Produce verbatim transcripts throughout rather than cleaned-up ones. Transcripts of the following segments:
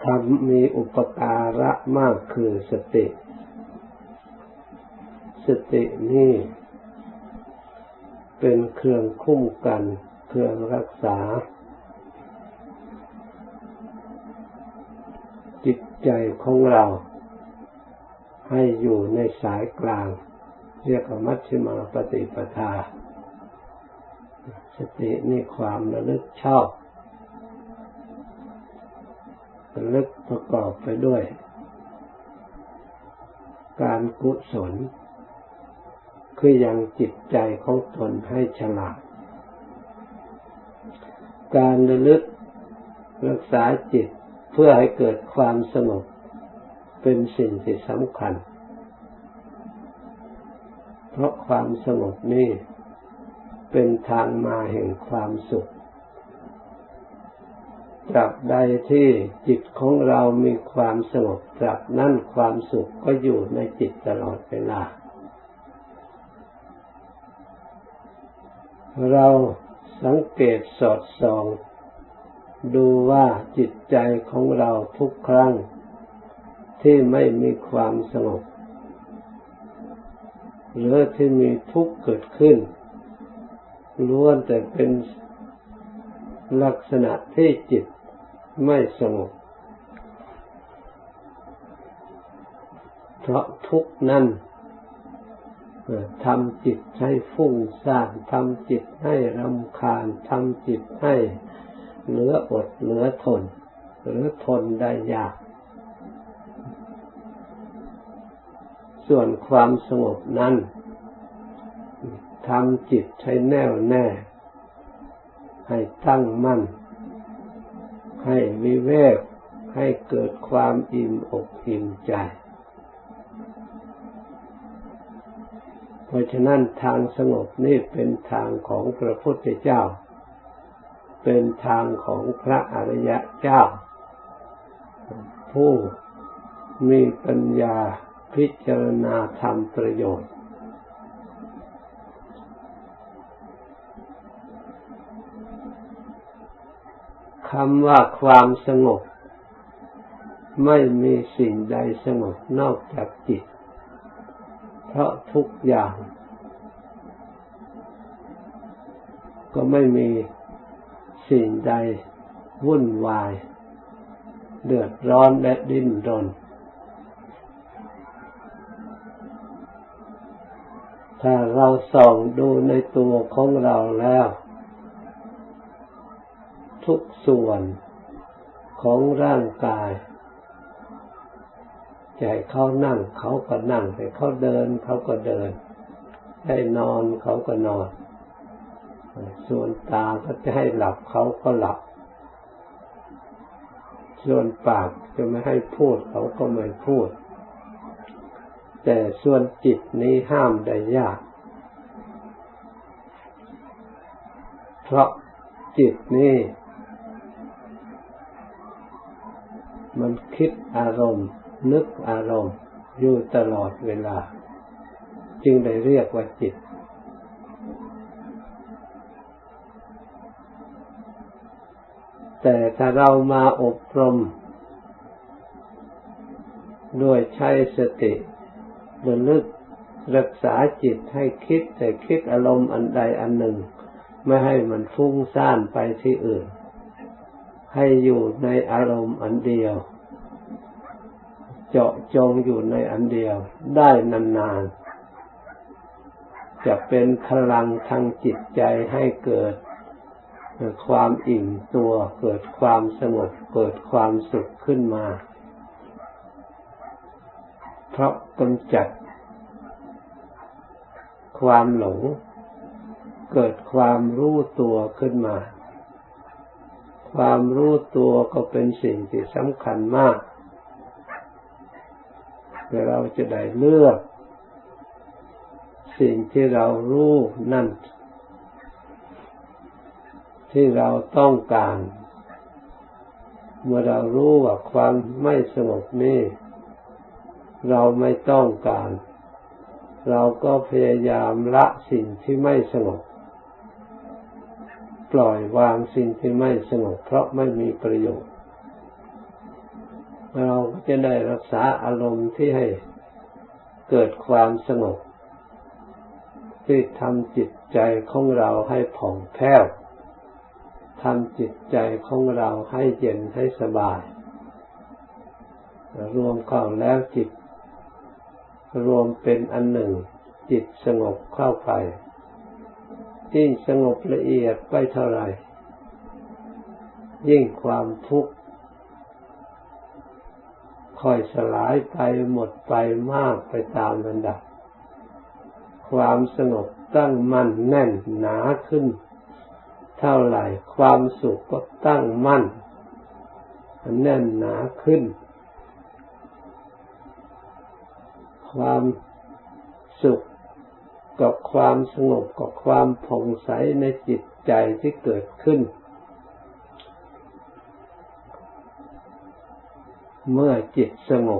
ธรรมมีอุปการะมากคือสติสตินี่เป็นเครื่องคุ้มกันเครื่องรักษาจิตใจของเราให้อยู่ในสายกลางเรียกว่ามัชฌิมาปฏิปทาสตินี่ความระลึกชอบระลึกประกอบไปด้วยการกุศลคือยังจิตใจของตนให้ฉลาดการระลึกรักษาจิตเพื่อให้เกิดความสงบเป็นสิ่งที่สำคัญเพราะความสงบนี้เป็นทางมาแห่งความสุขตราบใดที่จิตของเรามีความสงบตราบนั้นความสุขก็อยู่ในจิตตลอดเวลาเราสังเกตสอดส่องดูว่าจิตใจของเราทุกครั้งที่ไม่มีความสงบหรือที่มีทุกข์เกิดขึ้นล้วนแต่เป็นลักษณะที่จิตไม่สงบเพราะทุกข์นั้นทำจิตให้ฟุ้งซ่านทำจิตให้รำคาญทำจิตให้เหลืออดเหลือทนหรือทนได้ยากส่วนความสงบนั้นทำจิตให้แน่วแน่ให้ตั้งมั่นให้วิเวกให้เกิดความอิ่มอกอิ่มใจเพราะฉะนั้นทางสงบนี่เป็นทางของพระพุทธเจ้าเป็นทางของพระอริยเจ้าผู้มีปัญญาพิจารณาธรรมประโยชน์คำว่าความสงบไม่มีสิ่งใดสงบนอกจากจิตเพราะทุกอย่างก็ไม่มีสิ่งใดวุ่นวายเดือดร้อนและดิ้นรนถ้าเราส่องดูในตัวของเราแล้วทุกส่วนของร่างกายจะให้เขานั่งเขาก็นั่งให้เขาเดินเขาก็เดินให้นอนเขาก็นอนส่วนตาก็จะให้หลับเขาก็หลับส่วนปากจะไม่ให้พูดเขาก็ไม่พูดแต่ส่วนจิตนี้ห้ามได้ยากเพราะจิตนี้มันคิดอารมณ์นึกอารมณ์อยู่ตลอดเวลาจึงได้เรียกว่าจิตแต่ถ้าเรามาอบรมด้วยใช้สติระลึกรักษาจิตให้คิดแต่คิดอารมณ์อันใดอันหนึ่งไม่ให้มันฟุ้งซ่านไปที่อื่นให้อยู่ในอารมณ์อันเดียวเจาะจงอยู่ในอันเดียวได้นานๆจะเป็นพลังทางจิตใจให้เกิดความอิ่มตัวเกิดความสงบเกิดความสุขขึ้นมาเพราะกำจัดความหลงเกิดความรู้ตัวขึ้นมาความรู้ตัวก็เป็นสิ่งที่สำคัญมากแต่เราจะได้เลือกสิ่งที่เรารู้นั่นที่เราต้องการเมื่อเรารู้ว่าความไม่สงบนี้เราไม่ต้องการเราก็พยายามละสิ่งที่ไม่สงบปล่อยวางสิ่งที่ไม่สงบเพราะไม่มีประโยชน์เราก็จะได้รักษาอารมณ์ที่ให้เกิดความสงบที่ทำจิตใจของเราให้ผ่องแผ้วทำจิตใจของเราให้เย็นให้สบายรวมเข้าแล้วจิตรวมเป็นอันหนึ่งจิตสงบเข้าไปยิ่งสงบละเอียดไปเท่าไหร่ยิ่งความทุกข์ค่อยสลายไปหมดไปมากไปตามลำดับความสงบตั้งมั่นแน่นหนาขึ้นเท่าไหร่ความสุขก็ตั้งมั่นแน่นหนาขึ้นความสุขกับความสงบกับความผ่องใสในจิตใจที่เกิดขึ้นเมื่อจิตสงบ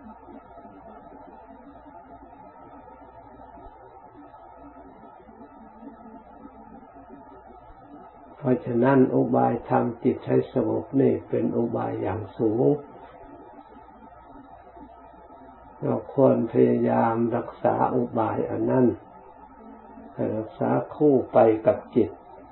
เพราะฉะนั้นอุบายทำจิตให้สงบนี่เป็นอุบายอย่างสูงเราควรพยายามรักษาอุบายอันนั้นให้รักษาคู่ไปกับจิต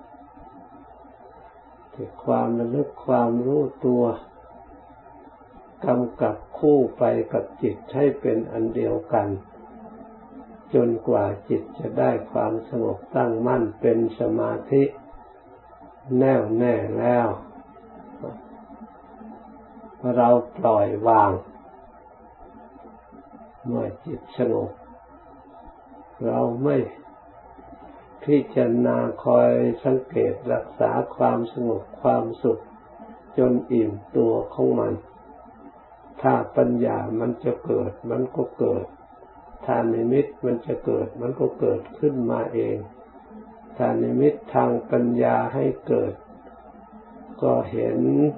ที่ความระลึกความรู้ตัวกำกับคู่ไปกับจิตให้เป็นอันเดียวกันจนกว่าจิตจะได้ความสงบตั้งมั่นเป็นสมาธิแน่วแน่แล้วเราปล่อยวางเมื่อจิตสงบเราไม่พิจารณาคอยสังเกตรักษาความสงบความสุขจนอิ่มตัวของมันถ้าปัญญามันจะเกิดมันก็เกิดถ้านิมิตมันจะเกิดมันก็เกิดขึ้นมาเองถ้านิมิตทางปัญญาให้เกิดก็เห็น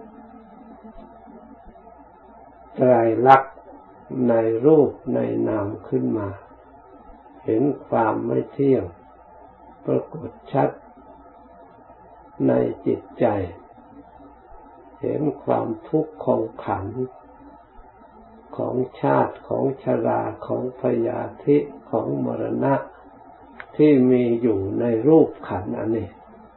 ไตรลักษณ์ในรูปในนามขึ้นมาเห็นความไม่เที่ยงปรากฏชัดในจิตใจเห็นความทุกข์ของขันธ์ของชาติของชราของพยาธิของมรณะที่มีอยู่ในรูปขันธ์อันนี้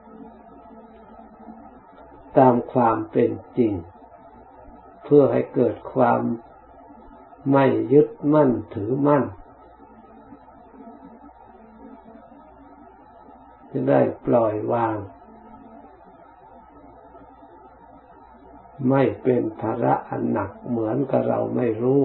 ตามความเป็นจริงเพื่อให้เกิดความไม่ยึดมั่นถือมั่นจะได้ปล่อยวางไม่เป็นภาระอันหนักเหมือนกับเราไม่รู้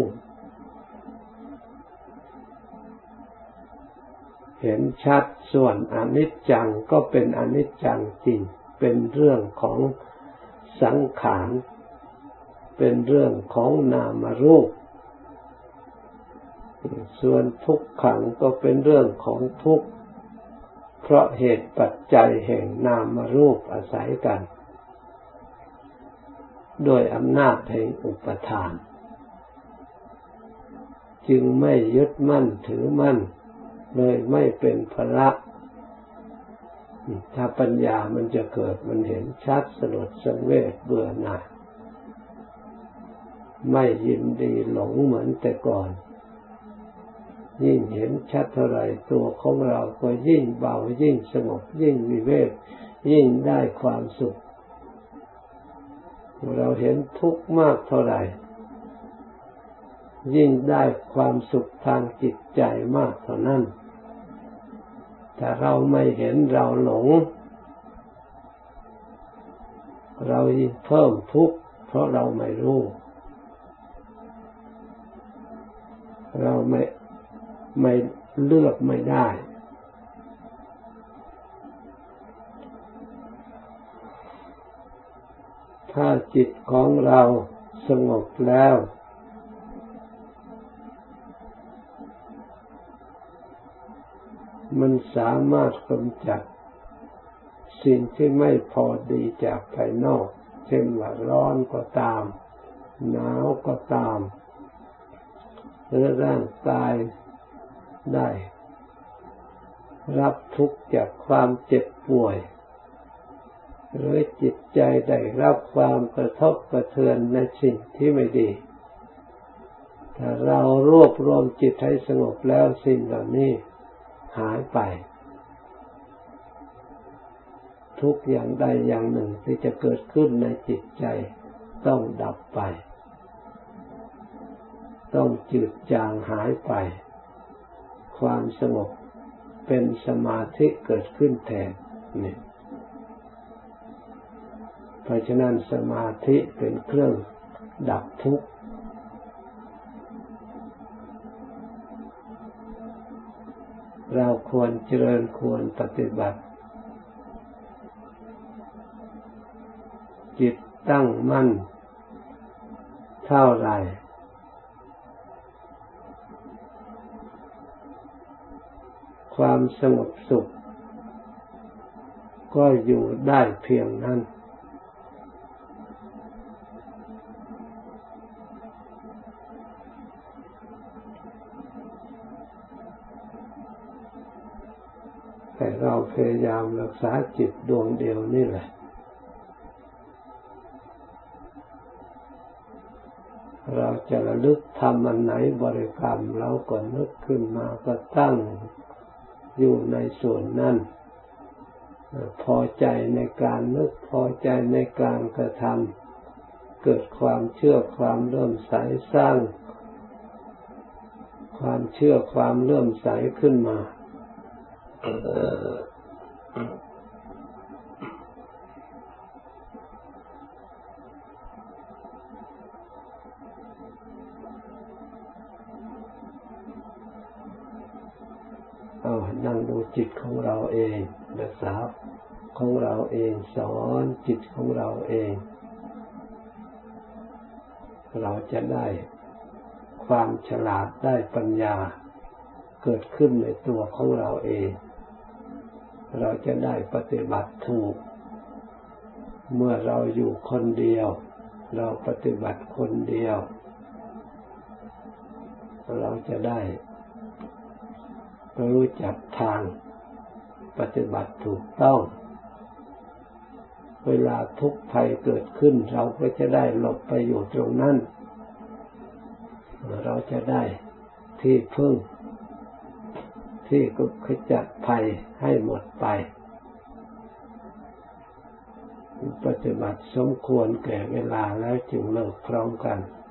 เห็นชัดส่วนอนิจจังก็เป็นอนิจจังจริงเป็นเรื่องของสังขารเป็นเรื่องของนามรูปส่วนทุกขังก็เป็นเรื่องของทุกข์เพราะเหตุปัจจัยแห่งนามรูปอาศัยกันโดยอำนาจแห่งอุปทานจึงไม่ยึดมั่นถือมั่นเลยไม่เป็นภาระถ้าปัญญามันจะเกิดมันเห็นชัดสลดสังเวชเบื่อหน่ายไม่ยินดีหลงเหมือนแต่ก่อนยิ่งเห็นชัดเท่าไรตัวของเราก็ยิ่งเบายิ่งสงบยิ่งวิเวกยิ่งได้ความสุขเราเห็นทุกข์มากเท่าไหร่ยิ่งได้ความสุขทางจิตใจมากเท่านั้นแต่เราไม่เห็นเราหลงเรายิ่งเพิ่มทุกข์เพราะเราไม่รู้เราไม่ไม่เลือกไม่ได้ถ้าจิตของเราสงบแล้วมันสามารถกำจัดสิ่งที่ไม่พอดีจากภายนอกเช่นว่าร้อนก็ตามหนาวก็ตามหรือร่างกายได้รับทุกข์จากความเจ็บป่วยหรือจิตใจได้รับความกระทบกระเทือนในสิ่งที่ไม่ดีถ้าเรารวบรวมจิตให้สงบแล้วสิ่งเหล่านี้หายไปทุกอย่างใดอย่างหนึ่งที่จะเกิดขึ้นในจิตใจต้องดับไปต้องจืดจางหายไปความสงบเป็นสมาธิเกิดขึ้นแทนนี่เพราะฉะนั้นสมาธิเป็นเครื่องดับทุกข์เราควรเจริญควรปฏิบัติจิตตั้งมั่นเท่าไรความสงบสุขก็อยู่ได้เพียงนั้นแต่เราพยายามรักษาจิตดวงเดียวนี่แหละเราจะระลึกทำอันไหนบริกรรมเราก็นึกขึ้นมาก็ตั้งอยู่ในส่วนนั้นพอใจในการนึกพอใจในการกระทำเกิดความเชื่อความเลื่อมใสสร้างความเชื่อความเลื่อมใสขึ้นมาเอานั่งดูจิตของเราเองรักษาของเราเองสอนจิตของเราเองเราจะได้ความฉลาดได้ปัญญาเกิดขึ้นในตัวของเราเองเราจะได้ปฏิบัติถูกเมื่อเราอยู่คนเดียวเราปฏิบัติคนเดียวเราจะได้รู้จักทางปฏิบัติถูกต้องเวลาทุกข์ภัยเกิดขึ้นเราก็จะได้หลบไปอยู่ตรงนั้นเราจะได้ที่พึ่งที่ก็ขจัดภัยให้หมดไปปฏิบัติสมควรแก่เวลาแล้วจึงเลิกพร้อมกัน